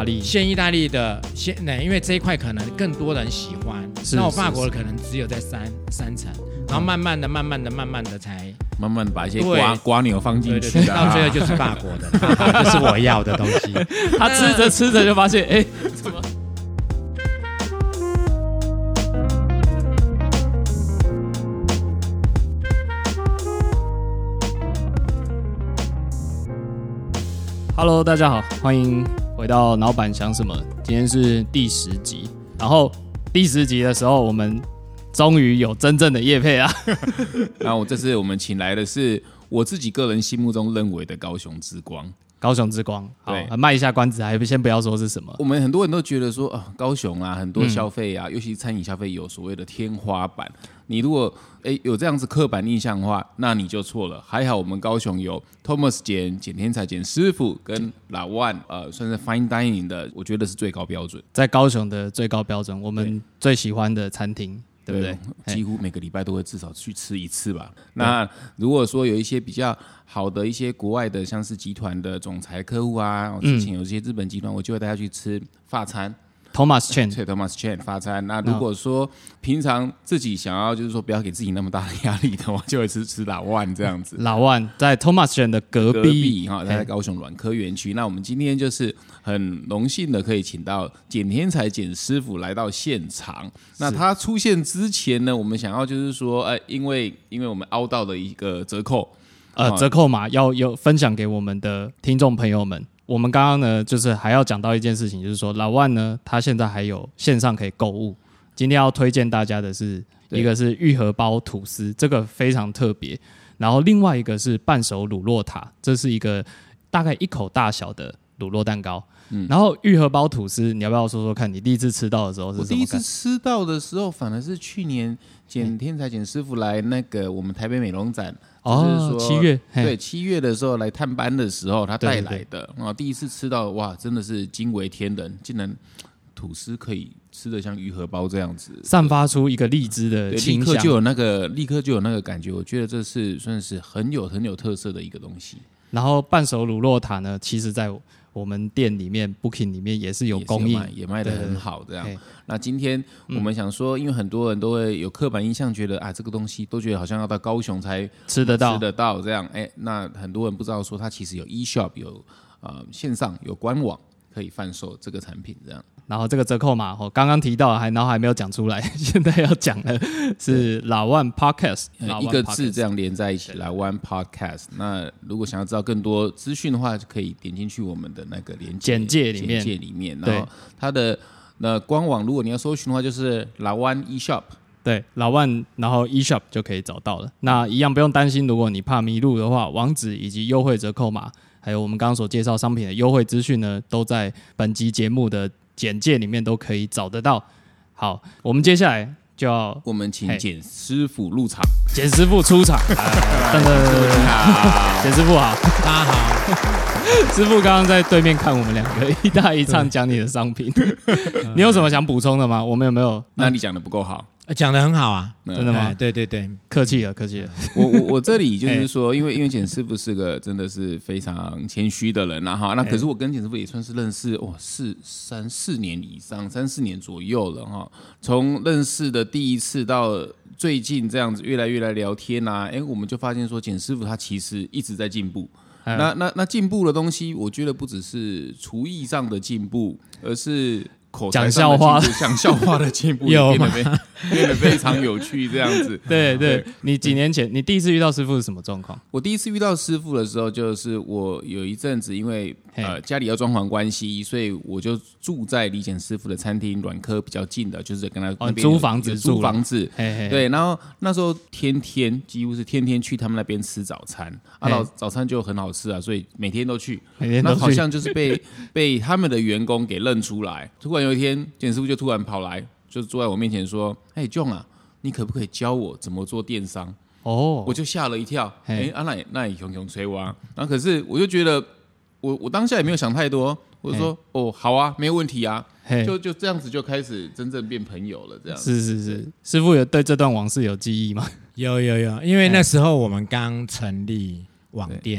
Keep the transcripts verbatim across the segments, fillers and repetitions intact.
大利， 现意大利的现，因为这一块可能更多人喜欢，那我法国的可能只有在三三层，然后慢慢的、慢慢的、慢慢的才慢慢把一些瓜瓜牛放进去，对对对， 到最后就是法国的，这是我要的东西。 他吃着吃着就发现，哎，怎么？Hello， 大家好，欢迎回到老板想什么。今天是第十集，然后第十集的时候，我们终于有真正的业配啊！ 然后这次我们请来的是我自己个人心目中认为的高雄之光。 高雄之光，好，卖一下关子，还先不要说是什么。 我们很多人都觉得说，啊，高雄啊，很多消费啊，嗯、尤其是餐饮消费有所谓的天花板。你如果哎有这样子刻板印象的话，那你就错了。还好我们高雄有 Thomas 简简天才简师傅跟老万，呃，算是 Fine Dining 的，我觉得是最高标准， 在高雄的最高标准，我们最喜欢的餐厅。对不对？ 几乎每个礼拜都会至少去吃一次吧。那如果说有一些比较好的一些国外的，像是集团的总裁客户啊，之前有一些日本集团，我就会带他去吃法餐。 Thomas Chen， 对 ，Thomas Chen 法餐。那如果说平常自己想要，就是说不要给自己那么大的压力的话，就会吃吃老万这样子。 老万在 Thomas Chen 的隔壁， 隔壁哈，他在高雄软科园区。那我们今天就是很荣幸的可以请到简天才简师傅来到现场。那他出现之前呢，我们想要就是说，呃，因为因为我们凹到的一个折扣， 呃，折扣码要有分享给我们的听众朋友们。我们刚刚呢，就是还要讲到一件事情，就是说老万呢，他现在还有线上可以购物。今天要推荐大家的是一个是玉荷包吐司，这个非常特别。然后另外一个是半熟乳酪塔，这是一个大概一口大小的乳酪蛋糕。嗯、然后玉荷包吐司，你要不要说说看，你第一次吃到的时候是什么感觉？ 我第一次吃到的时候，反而是去年简天才简师傅来那个我们台北美容展。 哦， 就是七月对七月的时候来探班的时候，他带来的啊，第一次吃到哇，真的是惊为天人，竟然吐司可以吃得像玉荷包这样子， 散发出一个荔枝的清香， 立刻就有那个，立刻就有那个感觉。我觉得这是算是很有很有特色的一个东西。 然后半熟乳酪塔呢，其实在我们店里面 Booking 里面也是有供应， 也卖得很好这样。那今天我们想说，因为很多人都会有刻板印象，觉得啊这个东西都觉得好像要到高雄才吃得到， 吃得到这样。哎，那很多人不知道说它其实有 e-shop 有呃线上有官网可以贩售这个产品这样。 然后这个折扣码我刚刚提到还然后还没有讲出来，现在要讲的是老万 Podcast， 一个字这样连在一起，老万 Podcast。那如果想要知道更多资讯的话，就可以点进去我们的那个连结简介里面， 简介里面，然后它的那官网，如果你要搜寻的话，就是老万 eShop。 对，老万，然后 eShop 就可以找到了。那一样不用担心，如果你怕迷路的话，网址以及优惠折扣码，还有我们刚刚所介绍商品的优惠资讯呢，都在本集节目的简介里面都可以找得到。好，我们接下来就要我们请简师傅入场， 简师傅出场。噔噔噔，简师傅好， 大家好。 师傅刚刚在对面看我们两个一搭一唱讲你的商品，你有什么想补充的吗？我们有没有？ 那你讲的不够好。 讲得很好啊， 真的吗？ 哎、对对对， 客气了，客气了。 我我我这里就是说，因为因为简师傅是个真的是非常谦虚的人啦哈，那可是我跟简师傅也算是认识哇四三四年以上，三四年左右了哈。从认识的第一次到最近这样子越来越来聊天啊，哎，我们就发现说简师傅他其实一直在进步。那那那进步的东西，我觉得不只是厨艺上的进步，而是口才上的进步，讲笑话的进步， 有变得变得非常有趣，这样子。 对 对, 对，你几年前你第一次遇到师傅是什么状况？ 我第一次遇到师傅的时候，就是我有一阵子因为呃家里要装潢关系，所以我就住在李简师傅的餐厅软科比较近的，就是跟他那边、 哦、租房子租房子。 嘿嘿对，然后那时候天天几乎是天天去他们那边吃早餐，啊早早餐就很好吃啊，所以每天都去。 每天都去， 那好像就是被被他们的员工给认出来。突然有一天，简师傅就突然跑来，就坐在我面前说：“哎、欸、，John 啊，你可不可以教我怎么做电商？”哦，我就吓了一跳。哎、欸，啊，那也那也熊熊吹哇。然后可是我就觉得，我我当下也没有想太多，我就说：“哦，好啊，没有问题啊。”就就这样子就开始真正变朋友了，这样是是是。师傅有对这段往事有记忆吗？ 有有有，因为那时候我们刚成立网店。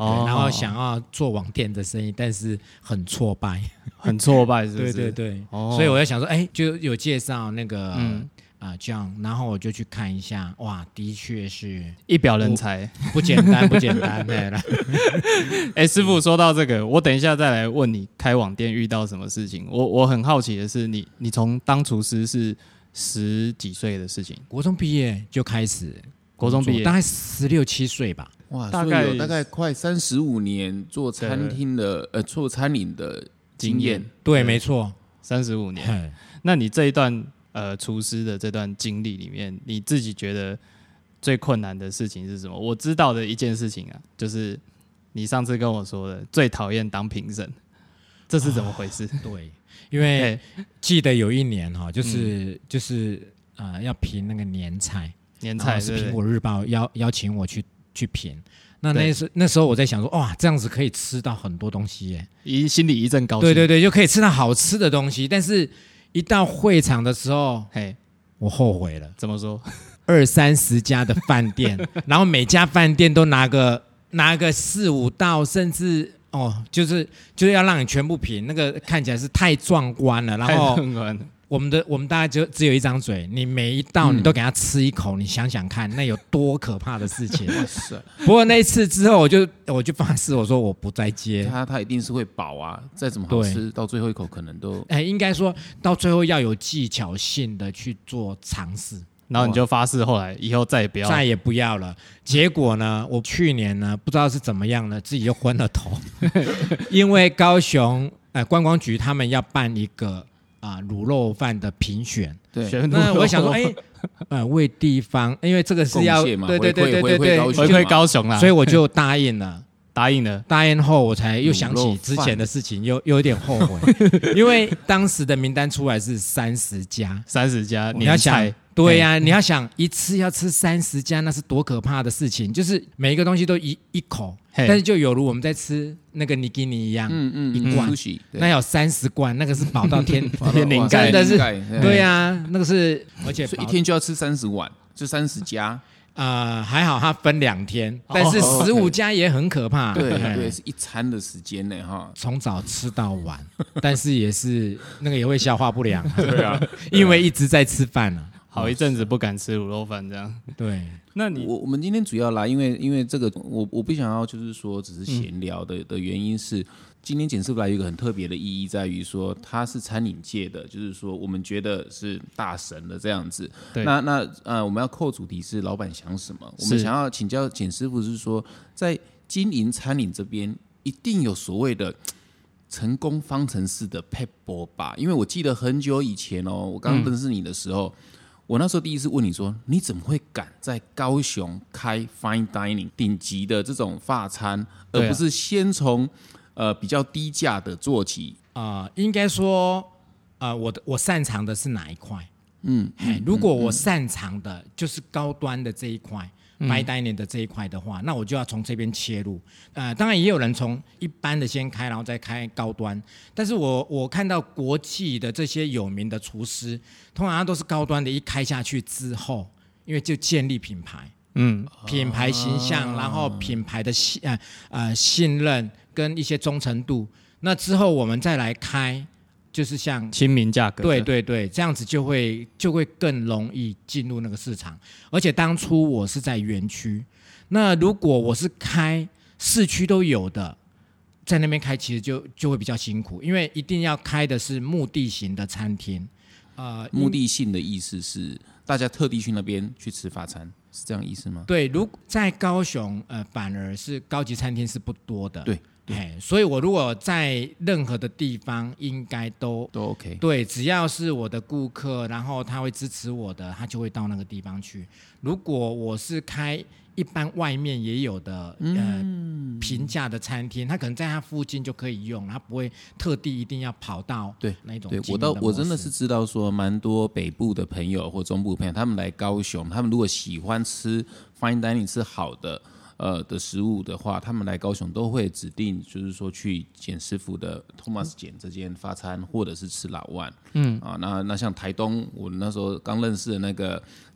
哦，然后想要做网店的生意，但是很挫败， 很挫败，是不是？ 对对对，哦、所以我在想说，哎，就有介绍那个。嗯啊，这样，然后我就去看一下，哇，的确是一表人才， 不简单，不简单。 哎，师傅说到这个，我等一下再来问你开网店遇到什么事情。我我很好奇的是，你你从当厨师是十几岁的事情， 国中毕业就开始， 国中毕业大概十六七岁吧。 哇，大概有大概快三十五年做餐厅的呃做餐饮的经验。 对，没错， 三十五年。那你这一段。呃，厨师的这段经历里面，你自己觉得最困难的事情是什么？我知道的一件事情啊，就是你上次跟我说的，最讨厌当评审，这是怎么回事？ 哦、对，因为记得有一年哈、哦，就是、嗯、就是呃，要评那个年菜， 年菜是苹果日报邀邀请我去去评。那那时那时候我在想说，哇，这样子可以吃到很多东西耶， 一心里一阵高兴。 对对对，就可以吃到好吃的东西，但是。一到会场的时候，嘿，我后悔了。 怎么说？ 二三十家的饭店，然后每家饭店都拿个拿个四五道，甚至哦，就是就是要让你全部评，那个看起来是太壮观了。然后我们的我们大概就只有一张嘴，你每一道你都给他吃一口，嗯、你想想看，那有多可怕的事情。不过那一次之后，我就我就发誓，我说我不再接。 他他一定是会饱啊，再怎么好吃，到最后一口可能都…… 哎，应该说到最后要有技巧性的去做尝试。 然后你就发誓，后来以后再也不要， 再也不要了。结果呢，我去年呢，不知道是怎么样了，自己就昏了头，因为高雄呃观光局他们要办一个。啊，卤肉饭的评选， 对， 那我想说，哎，呃，为地方，因为这个是要，对对对对对对， 回馈高雄啦， 所以我就答应了， 答应了， 答应后我才又想起之前的事情，又又有点后悔，因为当时的名单出来是三十家， 三十家， 你要想。对呀、啊，你要想一次要吃三十家，那是多可怕的事情！就是每一个东西都一一口，但是就有如我们在吃那个尼基尼一样，嗯嗯，一罐，嗯、那有三十罐，那个是饱到天天灵盖， 真的是，对呀、啊，那个是，而且一天就要吃三十碗，就三十家。 呃，还好它分两天，但是十五家也很可怕。 对对，是一餐的时间呢，哈， 从早吃到晚，但是也是那个也会消化不良。 对啊， 因为一直在吃饭了。 好一阵子不敢吃卤肉饭，这样。 对， 那你我我们今天主要来，因为因为这个，我我不想要就是说只是闲聊的、嗯、的原因是，今天简师傅来有一个很特别的意义，在于说他是餐饮界的，就是说我们觉得是大神的这样子。那那呃，我们要扣主题是老板想什么，我们想要请教简师傅是说，在经营餐饮这边一定有所谓的。成功方程式的撇步吧，因为我记得很久以前哦，我刚认识你的时候。嗯我那时候第一次问你说，你怎么会敢在高雄开 fine dining 顶级的这种法餐，而不是先从、呃、比较低价的做起？ 呃、应该说、呃、我, 的我擅长的是哪一块？嗯，如果我擅长的就是高端的这一块。fine dining 的这一块的话，那我就要从这边切入。呃，当然也有人从一般的先开，然后再开高端。但是我我看到国际的这些有名的厨师，通常都是高端的，一开下去之后，因为就建立品牌，嗯，品牌形象，然后品牌的信呃呃信任跟一些忠诚度。那之后我们再来开。就是像亲民价格， 对对对，这样子就会就会更容易进入那个市场。而且当初我是在园区，那如果我是开市区都有的，在那边开其实就就会比较辛苦，因为一定要开的是目的型的餐厅。 呃，目的性的意思是大家特地去那边去吃法餐，是这样意思吗？ 对，如在高雄，呃，反而是高级餐厅是不多的。 对。 对，所以我如果在任何的地方，应该都都 OK。 对，只要是我的顾客，然后他会支持我的，他就会到那个地方去。如果我是开一般外面也有的、嗯、呃平价的餐厅，他可能在他附近就可以用，他不会特地一定要跑到那种。 对，我到我真的是知道说，蛮多北部的朋友或中部的朋友，他们来高雄，他们如果喜欢吃 fine dining 是好的。呃的食物的话，他们来高雄都会指定，就是说去简师傅的 Thomas 简这间发餐，或者是吃老万。嗯啊，那那像台东，我那时候刚认识的那个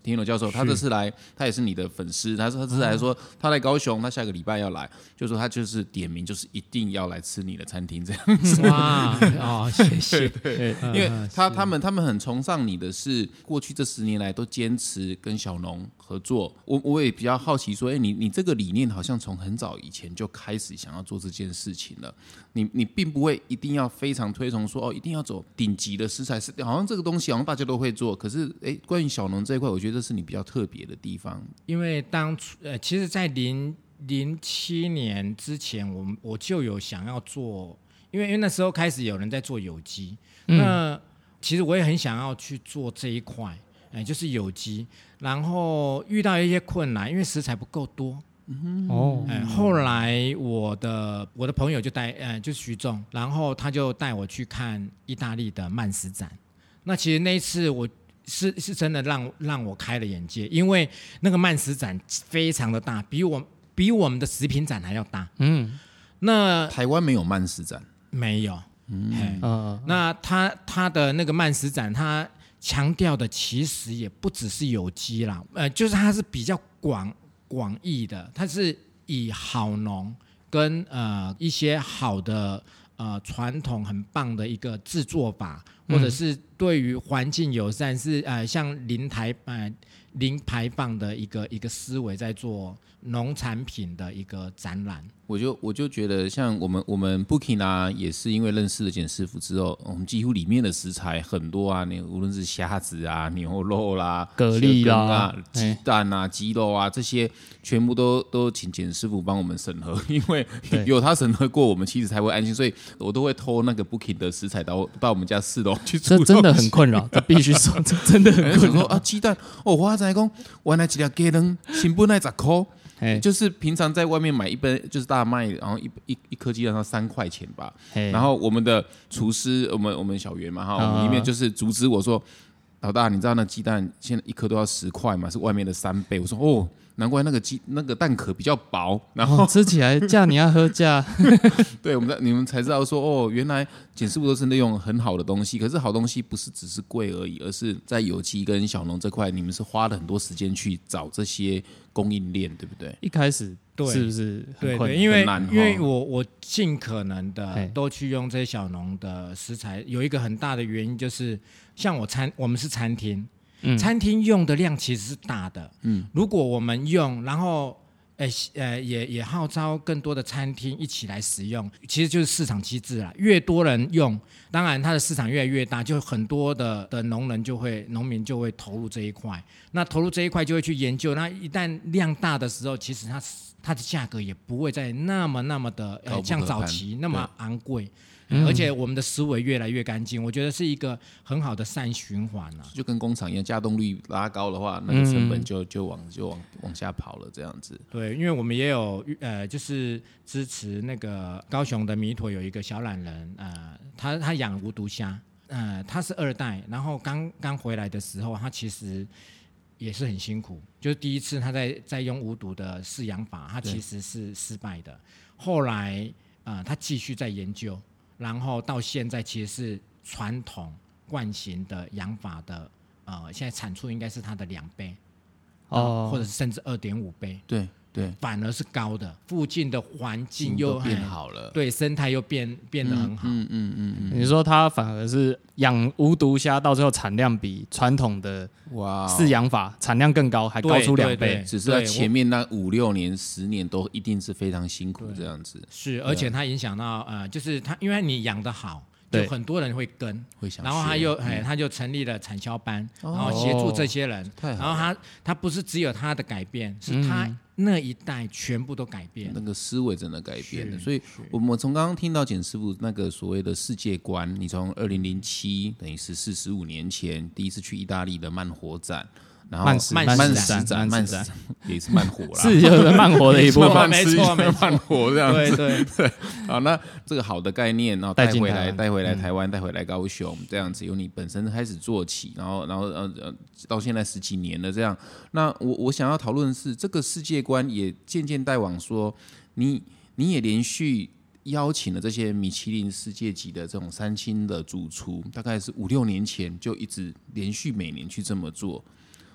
田友教授，他这次来，他也是你的粉丝，他说他这次来说，他来高雄，他下个礼拜要来，就说他就是点名，就是一定要来吃你的餐厅这样子。 哇，哦，谢谢。 对，对因为他他们他们很崇尚你的是，过去这十年来都坚持跟小农合作。我我也比较好奇说，哎，你你这个理念好像从很早以前就开始想要做这件事情了。你你并不会一定要非常推崇说哦，一定要走顶级的食材，是好像这个东西好像大家都会做。可是哎，关于小农这一块，我觉得这是你比较特别的地方。 因为当初呃，其实，在零零七年之前，我我就有想要做，因为因为那时候开始有人在做有机，嗯、那其实我也很想要去做这一块，哎，就是有机。然后遇到一些困难，因为食材不够多。 嗯、哦， 哎，后来我的我的朋友就带，呃，就是徐仲，然后他就带我去看意大利的慢食展。那其实那一次我是是真的让让我开了眼界，因为那个慢食展非常的大，比我比我们的食品展还要大。嗯，那台湾没有慢食展， 没有。嗯，嗯那他他的那个慢食展，他强调的其实也不只是有机啦，呃，就是它是比较广。广义的，它是以好农跟呃一些好的呃传统很棒的一个制作法，或者是对于环境友善，是呃像零排呃零排放的一个一个思维，在做农产品的一个展览。 我就我就觉得，像我们我们 Booking 啊，也是因为认识了简师傅之后，我们几乎里面的食材很多啊，你无论是虾子啊、牛肉啦、 蛤蜊啦、 鸡蛋啊、鸡肉啊，这些全部都都请简师傅帮我们审核，因为有他审核过，我们其实才会安心，所以我都会偷那个 Booking 的食材到到我们家四楼去煮。 这真的很困扰，这必须说，这真的很困扰啊！鸡蛋哦，我才讲，原来一条鸡蛋新本来十块。就是平常在外面买一杯就是大麦，然后一一一颗鸡蛋要三块钱吧。然后我们的厨师，我们我们小袁嘛哈，我们里面就是阻止我说，老大，你知道那鸡蛋现在一颗都要十块嘛，是外面的三倍。我说哦，难怪那个鸡那个蛋壳比较薄，然后、 哦、吃起来价你要喝价。 对，我们你们才知道说哦，原来简师傅都是利用很好的东西，可是好东西不是只是贵而已，而是在有机跟小农这块，你们是花了很多时间去找这些供应链，对不对？ 一开始是不是很困难？ 对对，因为因为我我尽可能的都去用这些小农的食材，有一个很大的原因就是，像我餐我们是餐厅。嗯、餐厅用的量其实是大的，嗯，如果我们用，然后，呃呃，也也号召更多的餐厅一起来使用，其实就是市场机制啦。越多人用，当然它的市场越来越大，就很多的的农人就会，农民就会投入这一块。那投入这一块就会去研究，那一旦量大的时候，其实它它的价格也不会再那么那么的、呃、像早期那么昂贵。嗯、而且我们的思维越来越干净，我觉得是一个很好的善循环啊。 就跟工厂一样，稼动率拉高的话，那个成本就就往就往往下跑了，这样子。 对，因为我们也有呃，就是支持那个高雄的弥陀有一个小懒人，呃，他他养无毒虾，呃，他是二代，然后刚刚回来的时候，他其实也是很辛苦，就是第一次他在在用无毒的饲养法，他其实是失败的。后来呃，他继续在研究。然后到现在其实是传统惯行的养法的，呃，现在产出应该是它的两倍，哦，或者是甚至二点五倍， 对对， 反而是高的。附近的环境又变好了， 对，生态又变变得很好。 嗯嗯嗯嗯。 你说它反而是养无毒虾，到最后产量比传统的饲养法产量更高，还高出两倍。 只是在前面那五六年、十年都一定是非常辛苦这样子。 是，而且它影响到呃，就是它，因为你养得好。就很多人会跟， 会想， 然后他又、嗯、他就成立了产销班，哦、然后协助这些人。然后他他不是只有他的改变，是他那一代全部都改变， 那个思维真的改变了。所以我们从刚刚听到简师傅那个所谓的世界观，你从二零零七等于十四十五年前第一次去意大利的慢火展。然后慢食慢食展，慢食也是慢火啦， 是有慢火的一部分， 没错，没错， 慢火这样子， 对对对。好，那这个好的概念，然后带回来，带回来台湾，带回来高雄，这样子由你本身开始做起，然后，然后呃呃，到现在十几年了，这样。那我我想要讨论的是，这个世界观也渐渐带往说，你你也连续邀请了这些米其林世界级的这种三星的主厨，大概是五六年前就一直连续每年去这么做。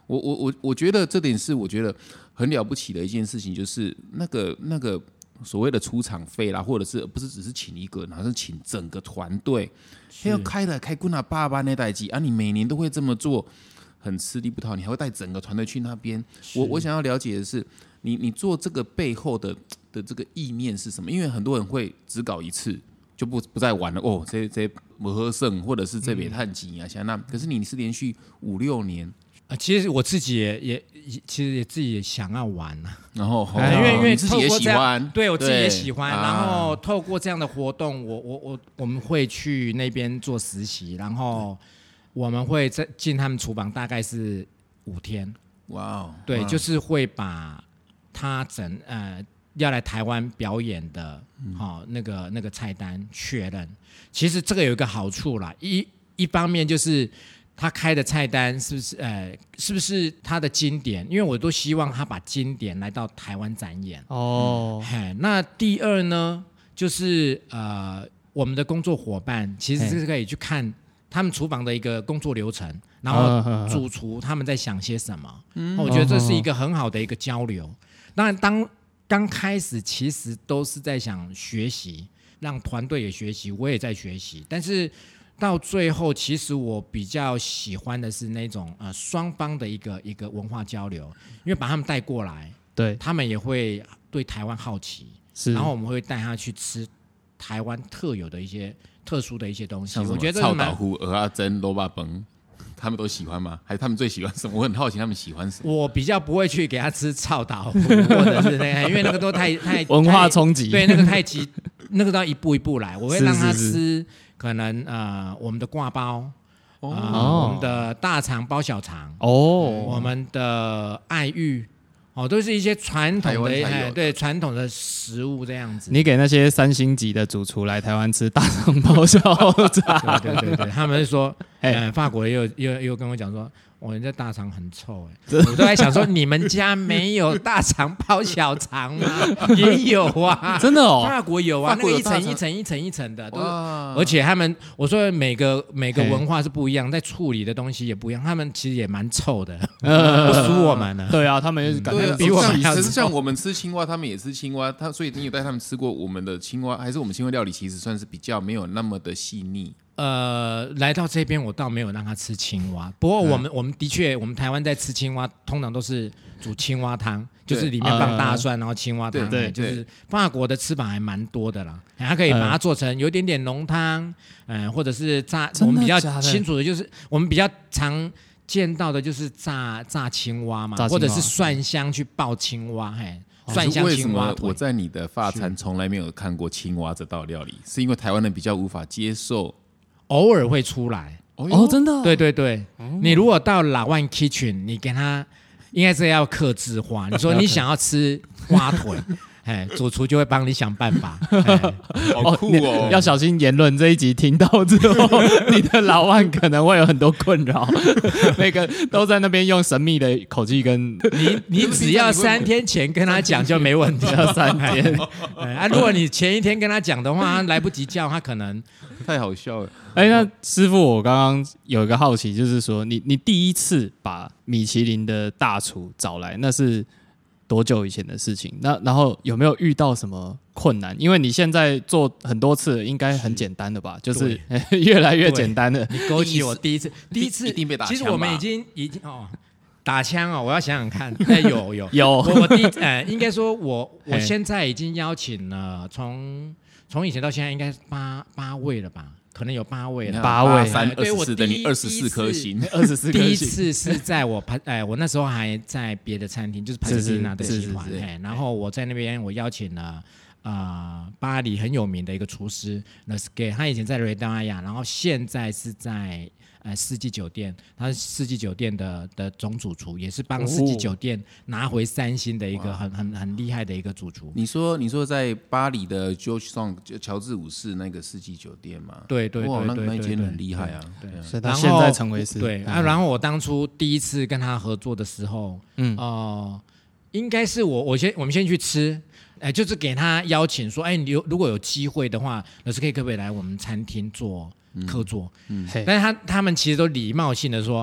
我我我我觉得这点是我觉得很了不起的一件事情，就是那个那个所谓的出场费啦，或者是不是只是请一个人，而是请整个团队，要开来开滚啊八班那代机啊，你每年都会这么做，很吃力不讨，你还会带整个团队去那边。我我想要了解的是，你你做这个背后的的这个意念是什么？因为很多人会只搞一次。就不不再玩了哦，这这不喝剩，或者是这边探级啊，像那，可是你是连续五六年， 呃，其实我自己也也其实也自己也想要玩啊， 然后、哦呃、因为因为自己也喜欢， 对我自己也喜欢， 啊、 然后透过这样的活动，我我我我们会去那边做实习，然后我们会在进他们厨房，大概是五天， 哇哦， 对，就是会把他整呃。要来台湾表演的，好、嗯哦、那个那个菜单确认。其实这个有一个好处啦，一一方面就是他开的菜单是不是呃是不是他的经典？因为我都希望他把经典来到台湾展演。哦，嘿，那第二呢，就是呃我们的工作伙伴其实是可以去看他们厨房的一个工作流程，然后主厨他们在想些什么。嗯，我觉得这是一个很好的一个交流。当然当刚开始其实都是在想学习，让团队也学习，我也在学习。但是到最后，其实我比较喜欢的是那种呃双方的一个一个文化交流，因为把他们带过来， 对他们也会对台湾好奇，然后我们会带他去吃台湾特有的一些特殊的一些东西。我觉得臭豆腐、蚵仔煎、萝卜饭。他们都喜欢吗？还是他们最喜欢什么？我很好奇他们喜欢什么。 我比较不会去给他吃臭豆腐，或者是那个，因为那个都太太文化冲击， 对，那个太急，那个都要一步一步来。我会让他吃可能呃我们的挂包，哦呃、我们的大肠包小肠，哦，我们的爱玉。哦，都是一些传统的，的对传统的食物这样子。 你给那些三星级的主厨来台湾吃大肠包小肠， 对对对对，他们是说，呃，法国又又又跟我讲说，我人家大肠很臭哎，我都在想说，你们家没有大肠包小肠吗？也有啊， 真的哦， 法国有啊，那个一层一层一层一层的，都而且他们我说每个每个文化是不一样，在处理的东西也不一样，他们其实也蛮臭的，不输我们呢。 对啊，他们也是感觉比我们要臭。可是像我们吃青蛙，他们也吃青蛙，他所以你有带他们吃过我们的青蛙，还是我们青蛙料理其实算是比较没有那么的细腻。 呃，来到这边我倒没有让他吃青蛙，不过我们、嗯、我们的确，我们台湾在吃青蛙，通常都是煮青蛙汤，就是里面放大蒜，然后青蛙汤，对，就是法国的吃法还蛮多的啦，它可以把它做成有点点浓汤，嗯、呃，或者是炸，我们比较清楚的就是我们比较常见到的就是炸炸青蛙嘛，或者是蒜香去爆青蛙，嘿。蒜香青蛙腿。 为什么我在你的法餐从来没有看过青蛙这道料理？是因为台湾人比较无法接受。 偶尔会出来哦，真的、哦， 对对对、哦，你如果到老万 Kitchen， 你给他应该是要客制化。你说你想要吃蛙腿，哎，主厨就会帮你想办法。 好酷哦！ 要小心言论，这一集听到之后，你的老万可能会有很多困扰。每个都在那边用神秘的口气跟你，你只要三天前跟他讲就没问题。 要三天啊，如果你前一天跟他讲的话，他来不及叫，他可能。 太好笑了！ 哎、欸，那师傅，我刚刚有一个好奇，就是说，你你第一次把米其林的大厨找来，那是多久以前的事情？那然后有没有遇到什么困难？因为你现在做很多次，应该很简单的吧？就是越来越简单的。 你勾起我第一次，第一次一定被打枪吧。 其实我们已经已经哦。打枪哦，我要想想看，哎，有有有， 我我第呃，应该说我我现在已经邀请了，从从以前到现在应该八八位了吧，可能有八位了， 八位， 三二十四等于二十四颗星， 二十四颗星。 第一次是在我拍，哎，我那时候还在别的餐厅，就是帕斯蒂娜的集团，哎，然后我在那边我邀请了啊、呃、巴黎很有名的一个厨师 Lesquet， 他以前在瑞达亚，然后现在是在。呃，四季酒店，他是四季酒店的的总主厨，也是帮四季酒店拿回三星的一个很很很厉害的一个主厨。 你说，你说在巴黎的 George Song 乔治五世那个四季酒店嘛？ 对对对对对， 那间很厉害啊。 对， 所以他现在成为是对啊。然后我当初第一次跟他合作的时候，嗯哦、呃，应该是我我先我们先去吃。哎，就是给他邀请说，哎，你有如果有机会的话，老师可以可不可以来我们餐厅做客座？嗯嗯、但是他他们其实都礼貌性的说，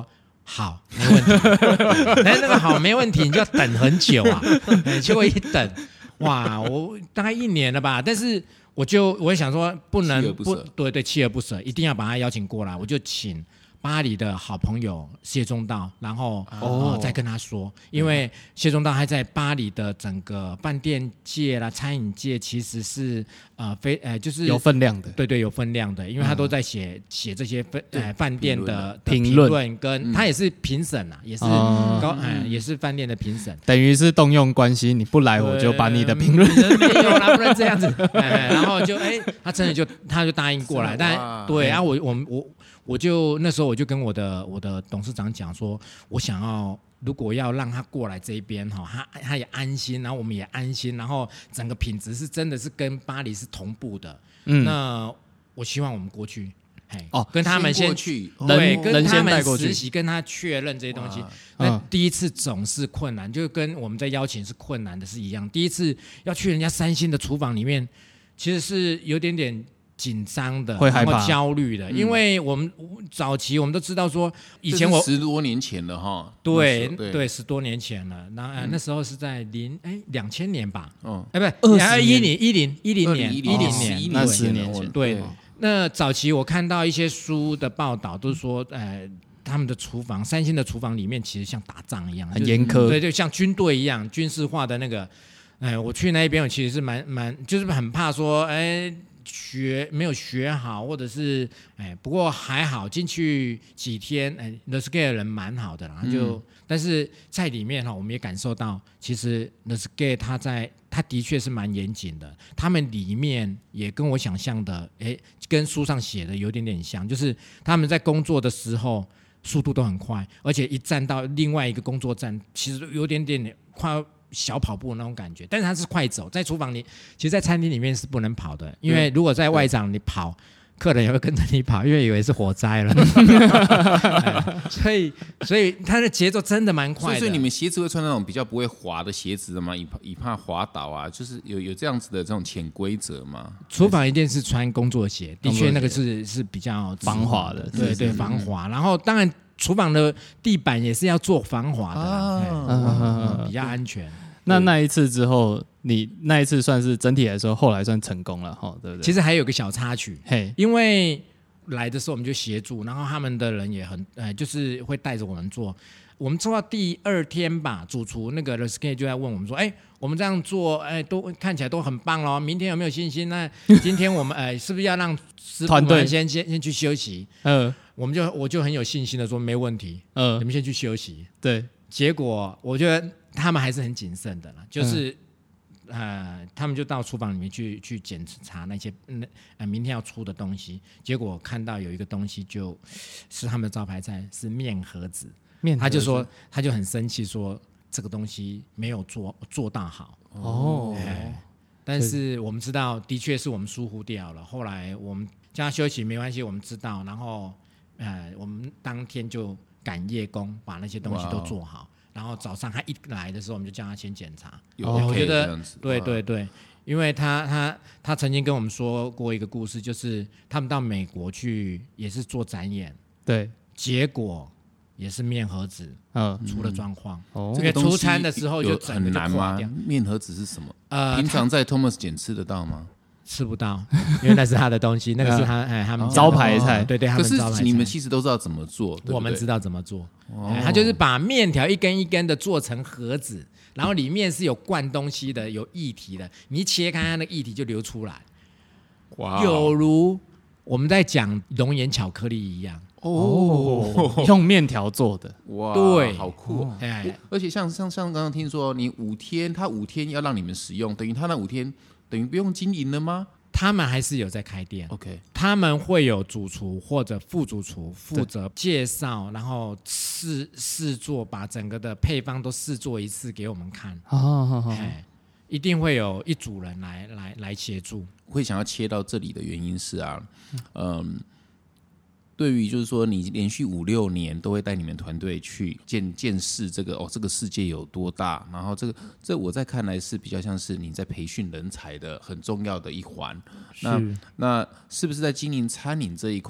好，没问题。但那个好没问题，你就要等很久啊。结果一等，哇，我大概一年了吧。但是我就我也想说，不能不对对，锲而不舍，一定要把他邀请过来。我就请巴黎的好朋友谢宗道，然后、哦呃、再跟他说，因为谢宗道还在巴黎的整个饭店界啦、餐饮界，其实是呃非呃就是有分量的， 对对，有分量的，因为他都在写写、嗯、这些分呃饭店的评论，跟、嗯、他也是评审啊，也是高、哦呃、也是饭店的评审， 等于是动用关系，你不来我就把你的评论没有啦，不能这样子，哎、然后就哎、欸，他真的就他就答应过来，但对啊，我我我。我就那时候我就跟我的我的董事长讲说，我想要如果要让他过来这一边哈，他他也安心，然后我们也安心，然后整个品质是真的是跟巴黎是同步的。嗯，那我希望我们过去， 哦， 跟他们先去， 对，跟他们实习，跟他确认这些东西。那第一次总是困难，就跟我们在邀请是困难的是一样。第一次要去人家三星的厨房里面，其实是有点点紧张的， 会害怕、 然后焦虑的，嗯、因为我们早期我们都知道说，以前我十多年前了哈， 对对, 对，十多年前了。那、呃嗯、那时候是在零哎两千年吧， 哦， 哎不，二一零一零一零年一零年， 那十年前， 对。那早期我看到一些书的报道，都是说，呃，他们的厨房，三星的厨房里面其实像打仗一样， 很严苛， 对，就像军队一样，军事化的那个。哎，我去那边，我其实是蛮蛮，就是很怕说，哎。学没有学好，或者是哎，不过还好进去几天，哎 ，The Scale 人蛮好的啦，就、嗯、但是在里面哈，我们也感受到，其实 The Scale 他在他的确是蛮严谨的，他们里面也跟我想象的，哎，跟书上写的有点点像，就是他们在工作的时候速度都很快，而且一站到另外一个工作站，其实有点点快。小跑步那种感觉，但是它是快走，在厨房里，其实，在餐厅里面是不能跑的，因为如果在外场你跑，客人也会跟着你跑，因为以为是火灾了。所以，所以它的节奏真的蛮快的。 所以，你们鞋子会穿那种比较不会滑的鞋子的吗？以怕以怕滑倒啊，就是有有这样子的这种潜规则吗？ 厨房一定是穿工作鞋，的确那个是是比较防滑的， 对对，防滑。然后，当然。厨房的地板也是要做防滑的啦、啊嗯，比较安全。 那那一次之后，你那一次算是整体来说，后来算成功了哈，对不对？ 其实还有个小插曲，嘿，因为来的时候我们就协助，然后他们的人也很，呃，就是会带着我们做。我们做到第二天吧，主厨那个 The Scale 就在问我们说：“哎，我们这样做，哎，都看起来都很棒咯，明天有没有信心？那今天我们，哎，是不是要让师傅们先先先去休息？”嗯。我们就我就很有信心的说没问题，嗯，你们先去休息。 对， 结果我觉得他们还是很谨慎的啦，就是、嗯、呃，他们就到厨房里面去去检查那些呃明天要出的东西。结果看到有一个东西就是他们的招牌菜是面盒子，面盒子他就说他就很生气说这个东西没有做做到好哦、呃。但是我们知道的确是我们疏忽掉了，后来我们叫他休息没关系，我们知道，然后。呃，我们当天就赶夜工，把那些东西都做好。然后早上他一来的时候，我们就叫他先检查。 有，我觉得， 对对对，因为他他他曾经跟我们说过一个故事，就是他们到美国去也是做展演， 对， 结果也是面盒子，嗯，出了状况。 哦， 因为出餐的时候就整个就很难吗？面盒子是什么？呃，平常在 Thomas 简吃得到吗？ 吃不到，因为那是他的东西，那个是他哎他们招牌菜， 对对，他们招牌菜。 可是你们其实都知道怎么做，对不对？ 我们知道怎么做，哦、他就是把面条一根一根的做成盒子，然后里面是有灌东西的，有液体的，你一切开，它那个液体就流出来，哇，有如我们在讲熔岩巧克力一样。 哦，用面条做的， 哇， 对， 好酷、哦！哎，而且像像像刚刚听说，你五天，他五天要让你们使用，等于他那五天。等于不用经营了吗？ 他们还是有在开店 ，OK， 他们会有主厨或者副主厨负责介绍，然后试试做，把整个的配方都试做一次给我们看。哦哦哦，一定会有一组人来来来协助。 会想要切到这里的原因是啊，嗯。对于就是说，你连续五六年都会带你们团队去见见识这个哦，这个世界有多大？然后这个这我在看来是比较像是你在培训人才的很重要的一环。那那是不是在经营餐饮这一块，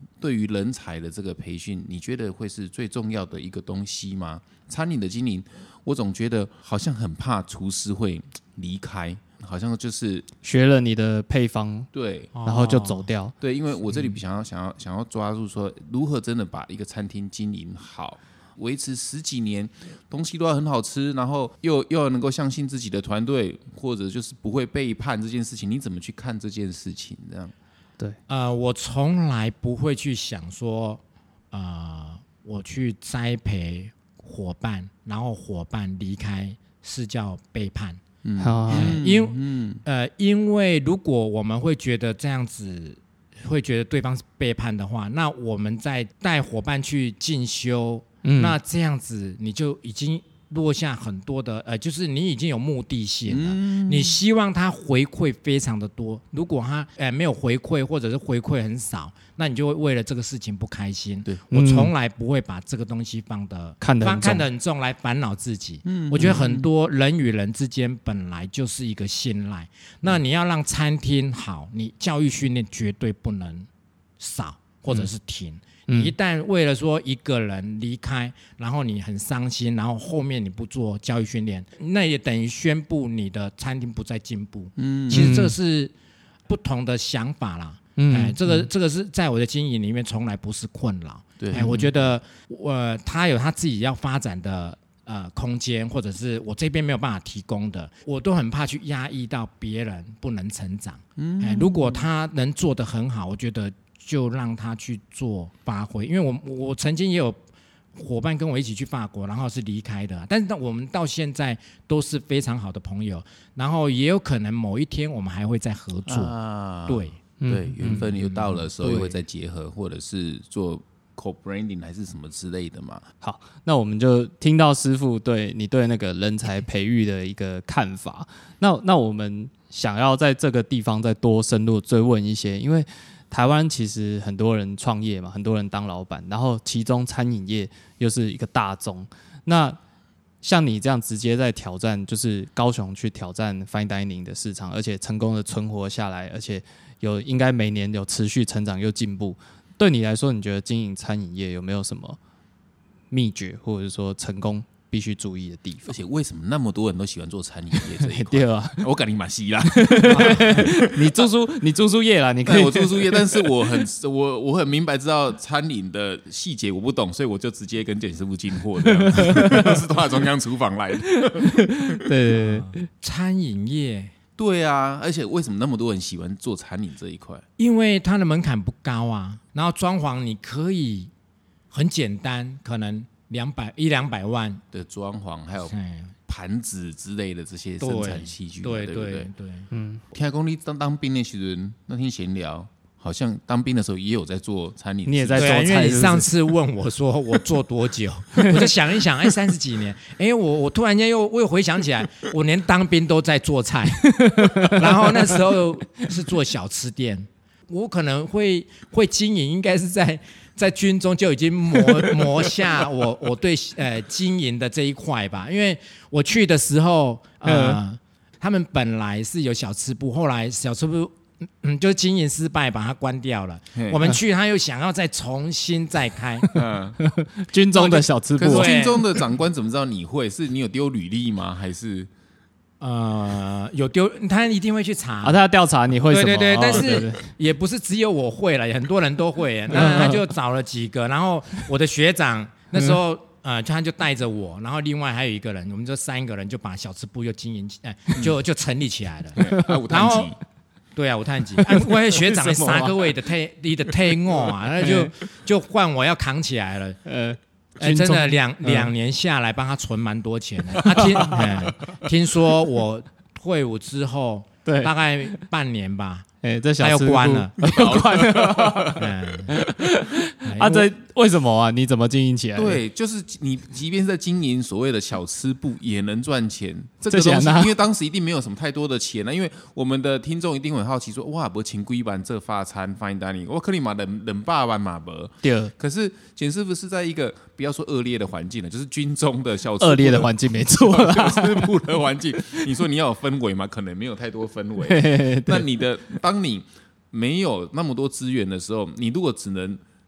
对于人才的这个培训，你觉得会是最重要的一个东西吗？餐饮的经营，我总觉得好像很怕厨师会离开，好像就是学了你的配方， 对， 然后就走掉。 对，因为我这里想要想要想要抓住说，如何真的把一个餐厅经营好，维持十几年，东西都要很好吃，然后又又要能够相信自己的团队，或者就是不会背叛这件事情，你怎么去看这件事情？这样， 对， 呃，我从来不会去想说，呃，我去栽培伙伴，然后伙伴离开是叫背叛。 嗯，啊、 因、嗯、呃，因为如果我们会觉得这样子，会觉得对方是背叛的话，那我们在带伙伴去进修，嗯、那这样子你就已经落下很多的，呃，就是你已经有目的性了，嗯、你希望他回馈非常的多，如果他呃没有回馈，或者是回馈很少，那你就会为了这个事情不开心。对，我从来不会把这个东西放的看得很重， 看得很重来烦恼自己。嗯，我觉得很多人与人之间本来就是一个信赖，那你要让餐厅好，你教育训练绝对不能少或者是停。嗯，你一旦为了说一个人离开，然后你很伤心，然后后面你不做教育训练，那也等于宣布你的餐厅不再进步。嗯，其实这是不同的想法啦。嗯，哎，这个这个是在我的经营里面从来不是困扰。对，哎，我觉得我、呃、他有他自己要发展的呃空间，或者是我这边没有办法提供的，我都很怕去压抑到别人不能成长。嗯，哎，如果他能做得很好，我觉得就让他去做发挥。因为我我曾经也有伙伴跟我一起去法国，然后是离开的，但是我们到现在都是非常好的朋友，然后也有可能某一天我们还会再合作。啊，对。 对，缘分又到了的时候，又会再结合，或者是做 co-branding 还是什么之类的嘛。 好，那我们就听到师父对你对那个人才培育的一个看法。那那我们想要在这个地方再多深入追问一些，因为台湾其实很多人创业嘛，很多人当老板，然后其中餐饮业又是一个大宗。那像你这样直接在挑战，就是高雄去挑战 fine dining 的市场，而且成功的存活下来，而且有应该每年有持续成长又进步。对你来说，你觉得经营餐饮业有没有什么秘诀，或者说成功必须注意的地方？ 而且为什么那么多人都喜欢做餐饮业这一块？ 对啊， 我赶紧马西啦。 你住宿你住宿业啦，你可以我住宿业，但是我很我我很明白知道餐饮的细节我不懂，所以我就直接跟简师傅进货这样子，是到中央厨房来的。 对对对， 餐饮业。 对啊，而且为什么那么多人喜欢做餐饮这一块？ 因为它的门槛不高啊，然后装潢你可以很简单，可能两百一两百万的装潢，还有盘子之类的这些生产器具， 对对不对？ 对对， 嗯。听说你当当兵的时候，那天闲聊，好像当兵的时候也有在做餐饮， 你也在做菜是不是？ 因为你上次问我说我做多久，我就想一想，哎，三十几年，哎，我我突然间又我又回想起来，我连当兵都在做菜，然后那时候是做小吃店，我可能会会经营，应该是在在军中就已经磨磨下我我对呃经营的这一块吧，因为我去的时候，呃，嗯、他们本来是有小吃部，后来小吃部。嗯，就经营失败，把它关掉了。我们去，他又想要再重新再开。嗯， 军中的小吃部， 可是军中的长官怎么知道你会？是你有丢履历吗？还是呃有丢？他一定会去查啊，他要调查你会什么？ 对对对， 哦、 但是对对也不是只有我会了，很多人都会。那他就找了几个，然后我的学长那时候。呃，他就带着我，然后另外还有一个人，我们这三个人就把小吃部又经营起，呃、就就成立起来了。然后。对啊，我探级，啊、我学长的三个位的退，你的退我啊，那就就换我要扛起来了。呃，欸、真的两两、嗯、年下来，帮他存蛮多钱的。他、啊、听、嗯，听说我退伍之后，对，大概半年吧。哎、欸，这小吃部他又关了， 又关了。嗯，啊，这为什么啊？你怎么经营起来的？ 对，就是你，即便是在经营所谓的小吃部，也能赚钱。这个东西，因为当时一定没有什么太多的钱了。因为我们的听众一定会很好奇说：“哇，不请几万这发餐 fine dining， 我可能嘛冷冷八万嘛不？” 对。 可是简师傅是在一个不要说恶劣的环境了，就是军中的小吃恶劣的环境，没错啦。 小吃部的环境，你说你要有氛围吗？可能没有太多氛围。那你的当你没有那么多资源的时候，你如果只能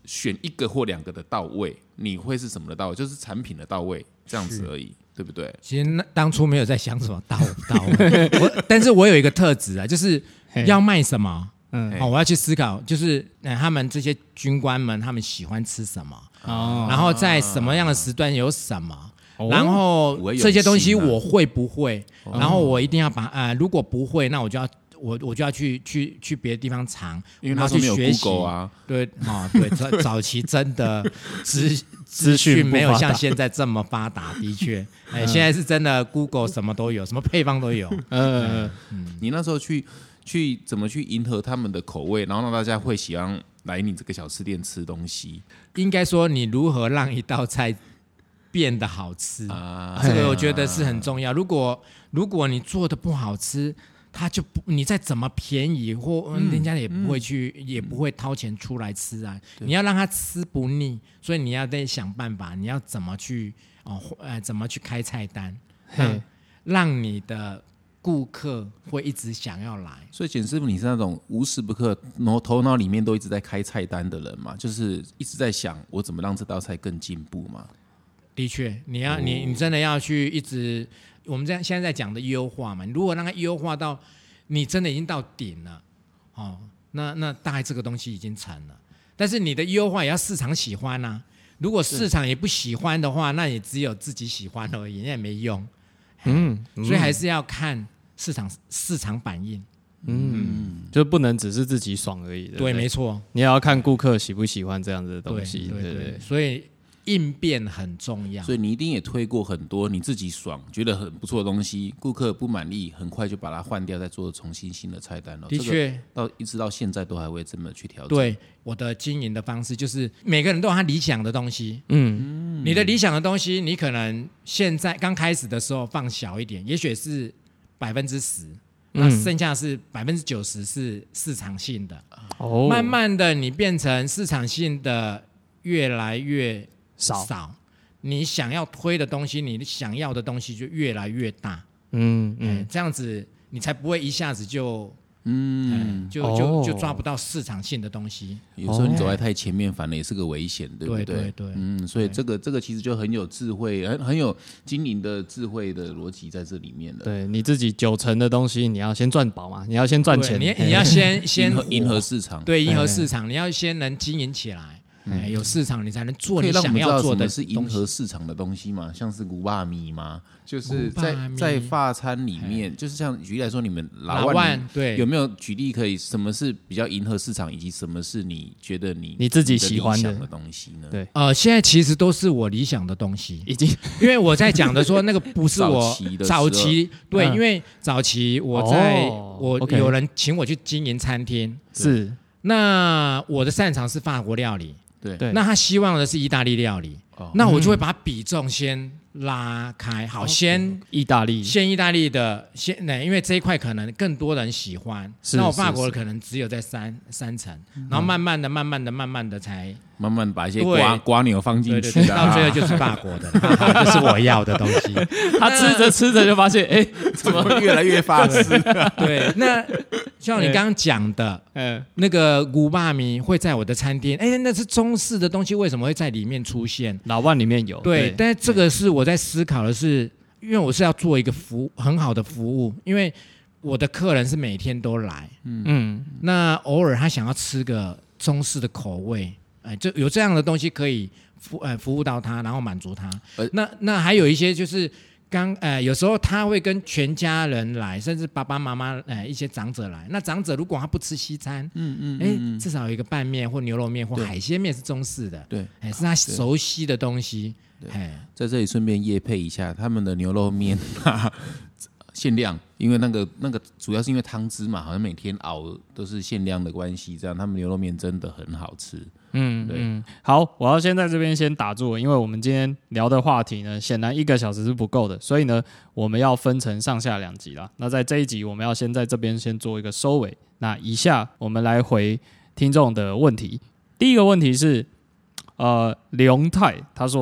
选一个或两个的到位，你会是什么的到位？就是产品的到位这样子而已，对不对？ 其实那当初没有在想什么到不到位，我但是我有一个特质啊，就是要卖什么。嗯，哦，我要去思考，就是、呃、他们这些军官们，他们喜欢吃什么，哦、然后在什么样的时段有什么，哦、然后这些东西我会不会，哦、然后我一定要把呃，如果不会，那我就要我我就要去去去别的地方尝， 因为那时候没有 Google 啊， 对，哦，对，早早期真的资资讯没有像现在这么发达，的确，哎，现在是真的 Google 什么都有，什么配方都有， 嗯嗯，你那时候去。去怎么去迎合他们的口味，然后让大家会喜欢来你这个小吃店吃东西？ 应该说，你如何让一道菜变得好吃，啊、这个我觉得是很重要。如果如果你做的不好吃，他就不，你再怎么便宜或人家也不会去，嗯、也不会掏钱出来吃啊。你要让他吃不腻，所以你要得想办法，你要怎么去哦，呃，怎么去开菜单，让让你的顾客会一直想要来。 所以简师傅，你是那种无时不刻头脑里面都一直在开菜单的人嘛？就是一直在想我怎么让这道菜更进步嘛？ 的确，你要、哦、你你真的要去一直，我们这样现在在讲的优化嘛，你如果让它优化到你真的已经到顶了，哦，那那大概这个东西已经成了。但是你的优化也要市场喜欢啊，如果市场也不喜欢的话，那也只有自己喜欢而已，那也没用。嗯，所以还是要看市场市场反应。 嗯，就不能只是自己爽而已。对， 对，没错， 你也要看顾客喜不喜欢这样子的东西。 对对 对, 对，所以应变很重要。 所以你一定也推过很多你自己爽觉得很不错的东西，顾客不满意，很快就把它换掉，再做重新新的菜单了。 的确， 这个、到一直到现在都还会这么去调整。 对，我的经营的方式就是每个人都有他理想的东西。嗯，你的理想的东西，你可能现在刚开始的时候放小一点，也许是百分之十。那剩下是百分之九十是市场性的。哦，慢慢的你变成市场性的越来越少，少你想要推的东西，你想要的东西就越来越大。嗯嗯，这样子你才不会一下子就嗯就就就抓不到市场性的东西。 有时候你走在太前面，反而也是个危险，对不对？ 对对对。 嗯，所以这个这个其实就很有智慧，很很有经营的智慧的逻辑在这里面的。 对，你自己九成的东西，你要先赚饱嘛，你要先赚钱， 你你要先先迎合市场， 对，迎合市场，你要先能经营起来。哎，有市场你才能做你想要做的东西。 是迎合市场的东西嘛？像是古巴米嘛，就是在在法餐里面，就是像举例来说，你们老万对有没有举例可以？什么是比较迎合市场，以及什么是你觉得你你自己喜欢 的, 的东西呢？ 对， 呃，现在其实都是我理想的东西， 已经因为我在讲的说那个不是我早期的早期对，嗯、因为早期我在、哦、我、okay. 有人请我去经营餐厅， 是那我的擅长是法国料理。 对， 那他希望的是意大利料理，哦、那我就会把比重先拉开。好，先意大利， 先意大利的，先，因为这一块可能更多人喜欢。那我法国的可能只有在三三层，然后慢慢的、慢慢的、慢慢的才慢慢把一些瓜瓜牛放进去， 对对对，到最后就是法国的，就是我要的东西。 他吃着吃着就发现，哎，怎么越来越法式？ 对，那像你刚刚讲的，嗯，那个古巴米会在我的餐厅，哎，那是中式的东西，为什么会在里面出现？ 老万里面有， 对，对但是这个是我在思考的是，因为我是要做一个服务很好的服务，因为我的客人是每天都来，嗯，那偶尔他想要吃个中式的口味，哎，就有这样的东西可以服呃服务到他，然后满足他。呃、那那还有一些就是刚呃有时候他会跟全家人来，甚至爸爸妈妈呃一些长者来。那长者如果他不吃西餐，嗯嗯，哎、嗯，至少有一个拌面或牛肉面或海鲜面是中式的， 对， 哎，是他熟悉的东西。 对，在这里顺便业配一下他们的牛肉面。限量，因为那个那个主要是因为汤汁嘛，好像每天熬都是限量的关系，这样他们牛肉面真的很好吃。 嗯，对。嗯，好，我要先在这边先打住，因为我们今天聊的话题呢，显然一个小时是不够的，所以呢，我们要分成上下两集啦。那在这一集，我们要先在这边先做一个收尾。那以下我们来回听众的问题。第一个问题是，呃，刘泰他说，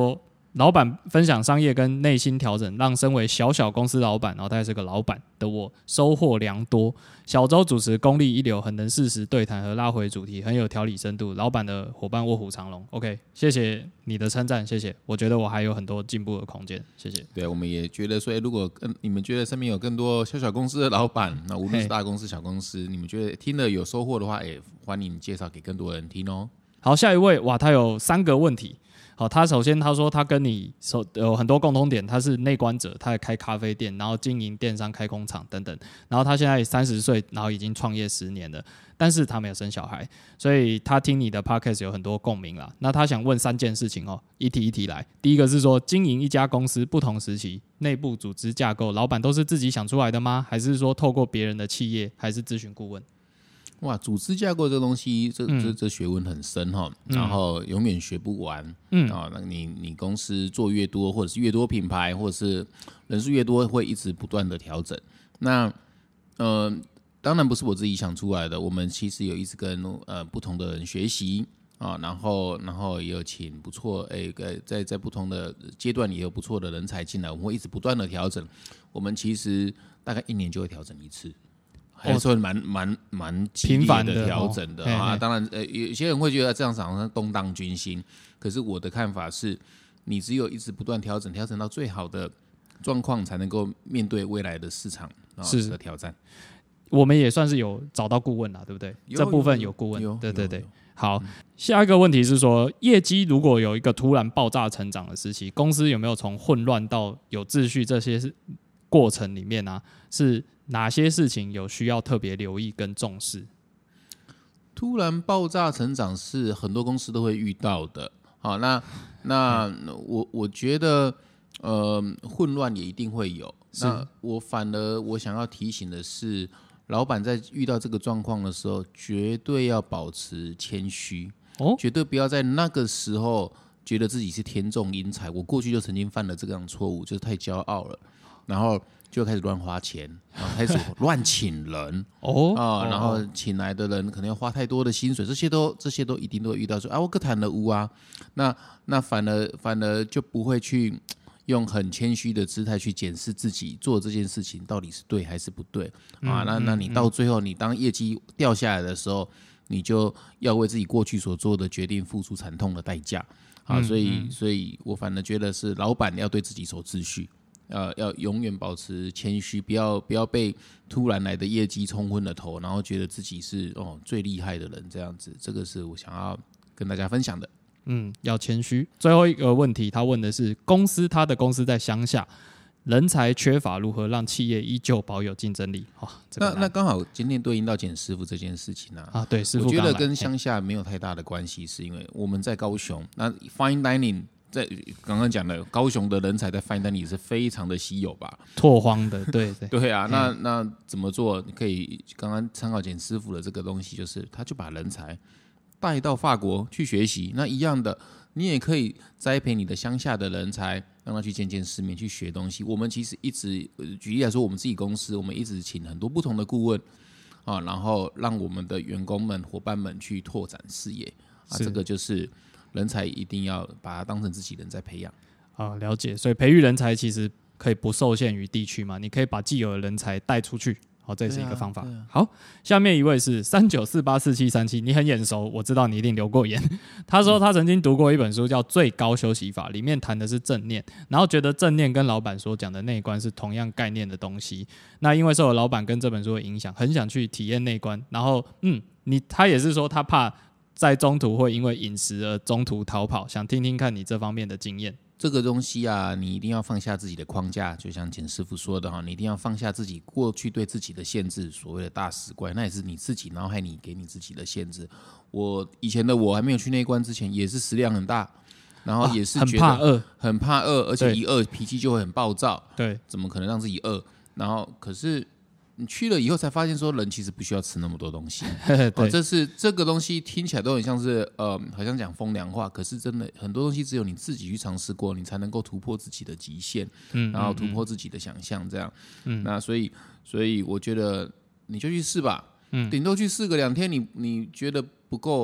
老板分享商业跟内心调整，让身为小小公司老板，然后他也是个老板的我收获良多。小周主持功力一流，很能适时对谈和拉回主题，很有条理深度。老板的伙伴卧虎藏龙。OK， 谢谢你的称赞，谢谢。我觉得我还有很多进步的空间，谢谢。 对，我们也觉得说，如果跟你们觉得身边有更多小小公司的老板，那无论是大公司、小公司，你们觉得听了有收获的话，也欢迎介绍给更多人听哦。 好，下一位，哇，他有三个问题。好，他首先他说他跟你有很多共同点，他是内观者，他也开咖啡店，然后经营电商、开工厂等等。然后他现在三十岁，然后已经创业十年了，但是他没有生小孩，所以他听你的 podcast 有很多共鸣啦。那他想问三件事情哦，一题一题来。第一个是说，经营一家公司不同时期，内部组织架构，老板都是自己想出来的吗？还是说透过别人的企业，还是咨询顾问？ 哇，组织架构这东西，这这这学问很深哈，嗯、然后永远学不完。嗯啊，那你你公司做越多，或者是越多品牌，或者是人数越多，会一直不断的调整。那呃，当然不是我自己想出来的，我们其实有一直跟呃不同的人学习啊，然后然后也有请不错诶，在在不同的阶段也有不错的人才进来，我们会一直不断的调整。我们其实大概一年就会调整一次。还是蛮蛮蛮激烈的调整的啊！当然，呃，有些人会觉得这样子好像动荡军心，可是我的看法是，你只有一直不断调整，调整到最好的状况，才能够面对未来的市场的挑战。 我们也算是有找到顾问啦，对不对？这部分有顾问，对对对。好，下一个问题是说，业绩如果有一个突然爆炸成长的时期，公司有没有从混乱到有秩序这些过程里面啊，是哪些事情有需要特别留意跟重视？ 突然爆炸成长是很多公司都会遇到的。好，那那我我觉得，呃，混乱也一定会有。那我反而我想要提醒的是，老板在遇到这个状况的时候，绝对要保持谦虚，哦，绝对不要在那个时候觉得自己是天纵英才。我过去就曾经犯了这样错误，就是太骄傲了，然后就开始乱花钱，然后开始乱请人哦啊，然后请来的人可能要花太多的薪水，这些都这些都一定都会遇到说啊，我个谈了屋啊，那那反而反而就不会去用很谦虚的姿态去检视自己做这件事情到底是对还是不对啊？那那你到最后，你当业绩掉下来的时候，你就要为自己过去所做的决定付出惨痛的代价啊！所以，所以我反而觉得是老板要对自己守秩序。呃，要永远保持谦虚，不要不要被突然来的业绩冲昏了头，然后觉得自己是哦最厉害的人这样子，这个是我想要跟大家分享的。 嗯，要谦虚。最后一个问题，他问的是公司，他的公司在乡下，人才缺乏，如何让企业依旧保有竞争力？哦，这个、 那那刚好今天对应到简师傅这件事情啊。 啊，对，师傅我觉得跟乡下没有太大的关系，是因为我们在高雄，那 Fine Dining。在刚刚讲的高雄的人才在 Fine Dining 是非常的稀有吧， 拓荒的，对对对啊，那那怎么做？你可以刚刚参考简师傅的这个东西，就是他就把人才带到法国去学习，那一样的，你也可以栽培你的乡下的人才，让他去见见世面，去学东西。我们其实一直举例来说，我们自己公司，我们一直请很多不同的顾问啊，然后让我们的员工们、伙伴们去拓展视野啊，这个就是。人才一定要把它当成自己人在培养啊，了解。所以培育人才其实可以不受限于地区嘛，你可以把既有的人才带出去，好，这也是一个方法。啊啊、好，下面一位是三九四八四七三七，你很眼熟，我知道你一定留过言。他说他曾经读过一本书叫《最高休息法》，里面谈的是正念，然后觉得正念跟老板所讲的内观是同样概念的东西。那因为受了老板跟这本书的影响，很想去体验内观，然后嗯，你他也是说他怕。在中途会因为饮食而中途逃跑，想听听看你这方面的经验。 这个东西啊，你一定要放下自己的框架，就像简师傅说的哈，你一定要放下自己过去对自己的限制，所谓的大食怪，那也是你自己脑海里给你自己的限制。我以前的我还没有去内观之前，也是食量很大，然后也是觉得、 啊、很怕饿， 很怕饿，而且一饿脾气就会很暴躁。 对， 怎么可能让自己饿？然后可是。你去了以后才发现，说人其实不需要吃那么多东西。 对、 哦，这是这个东西听起来都很像是呃，好像讲风凉话，可是真的很多东西只有你自己去尝试过，你才能够突破自己的极限，嗯，然后突破自己的想象，这样。嗯，那所以所以我觉得你就去试吧，嗯，顶多去试个两天，你你觉得不够。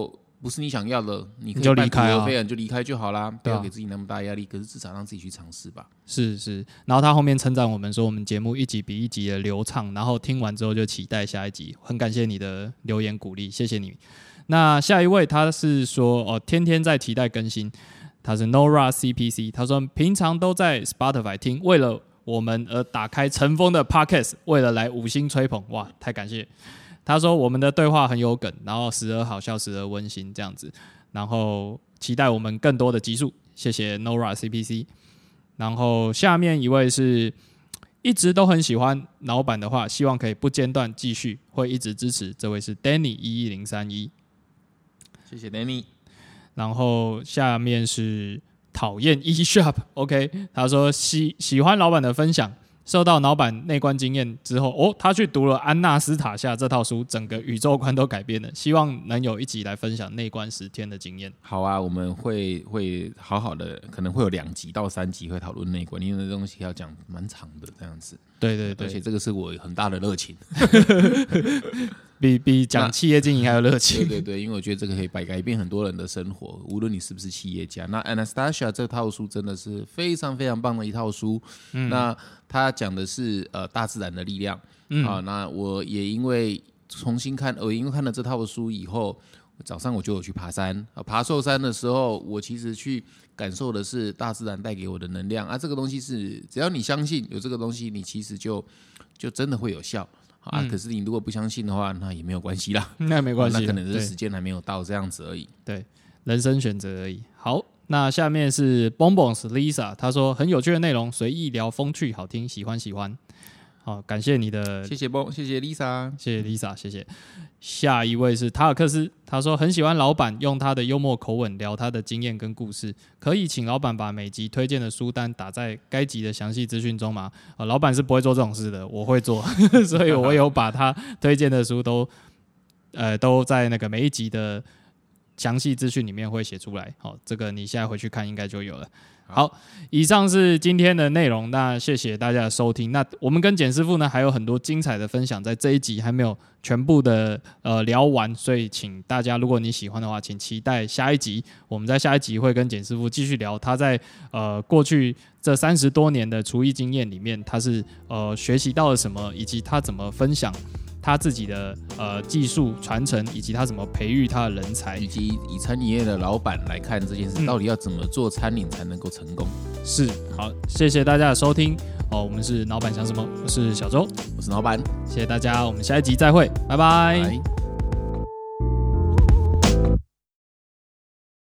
不是你想要的，你可以就离开啊， 非然就离开就好啦，不要给自己那么大压力。可是至少让自己去尝试吧。 是是，然后他后面称赞我们说，我们节目一集比一集的流畅，然后听完之后就期待下一集。很感谢你的留言鼓励，谢谢你。那下一位他是说哦，天天在期待更新，他是 Nora C P C， 他说平常都在 Spotify 听，为了我们而打开尘封的 Podcast， 为了来五星吹捧，哇，太感谢。他说我们的对话很有梗，然后时而好笑，时而温馨这样子，然后期待我们更多的集数，谢谢 Nora C P C。然后下面一位是一直都很喜欢老板的话，希望可以不间断继续，会一直支持。这位是 Danny 一一零三一， 谢谢 Danny。 然后下面是讨厌 eShop，OK， 他说喜喜欢老板的分享。受到老板内观经验之后，哦，他去读了安纳斯塔夏这套书，整个宇宙观都改变了。希望能有一集来分享内观十天的经验。 好啊，我们会会好好的，可能会有两集到三集会讨论内观，因为这东西要讲蛮长的这样子。 对对对， 而且这个是我很大的热情， 比比讲企业经营还有热情。 对对对，因为我觉得这个可以改改变很多人的生活，无论你是不是企业家。那 Anastasia 这套书真的是非常非常棒的一套书。嗯、那他讲的是呃大自然的力量。嗯、啊，那我也因为重新看，我因为看了这套书以后，早上我就有去爬山。啊、爬寿山的时候，我其实去感受的是大自然带给我的能量啊。这个东西是只要你相信有这个东西，你其实就就真的会有效。啊，嗯、可是你如果不相信的话，那也没有关系啦， 那没关系、啊， 那可能是时间还没有到这样子而已。 对，人生选择而已。好，那下面是 Bonbons Lisa， 她说很有趣的内容，随意聊，风趣好听，喜欢喜欢。好，感谢你的， 谢谢 Bon， 谢谢 Lisa， 谢谢 Lisa， 谢谢。下一位是塔尔克斯，他说很喜欢老板用他的幽默口吻聊他的经验跟故事，可以请老板把每集推荐的书单打在该集的详细资讯中吗？呃、老板是不会做这种事的，我会做，所以我有把他推荐的书都呃都在那个每一集的详细资讯里面会写出来。好，这个你现在回去看应该就有了。好，以上是今天的内容，那谢谢大家的收听。那我们跟简师傅呢还有很多精彩的分享，在这一集还没有全部的呃聊完，所以请大家如果你喜欢的话，请期待下一集。我们在下一集会跟简师傅继续聊他在呃过去这三十多年的厨艺经验里面，他是呃学习到了什么，以及他怎么分享他自己的呃技术传承，以及他怎么培育他的人才， 以及以餐饮业的老板来看这件事，嗯、到底要怎么做餐饮才能够成功？ 是，好，谢谢大家的收听哦。我们是老板想什么？我是小周， 我是老板， 谢谢大家，我们下一集再会，拜拜。 拜。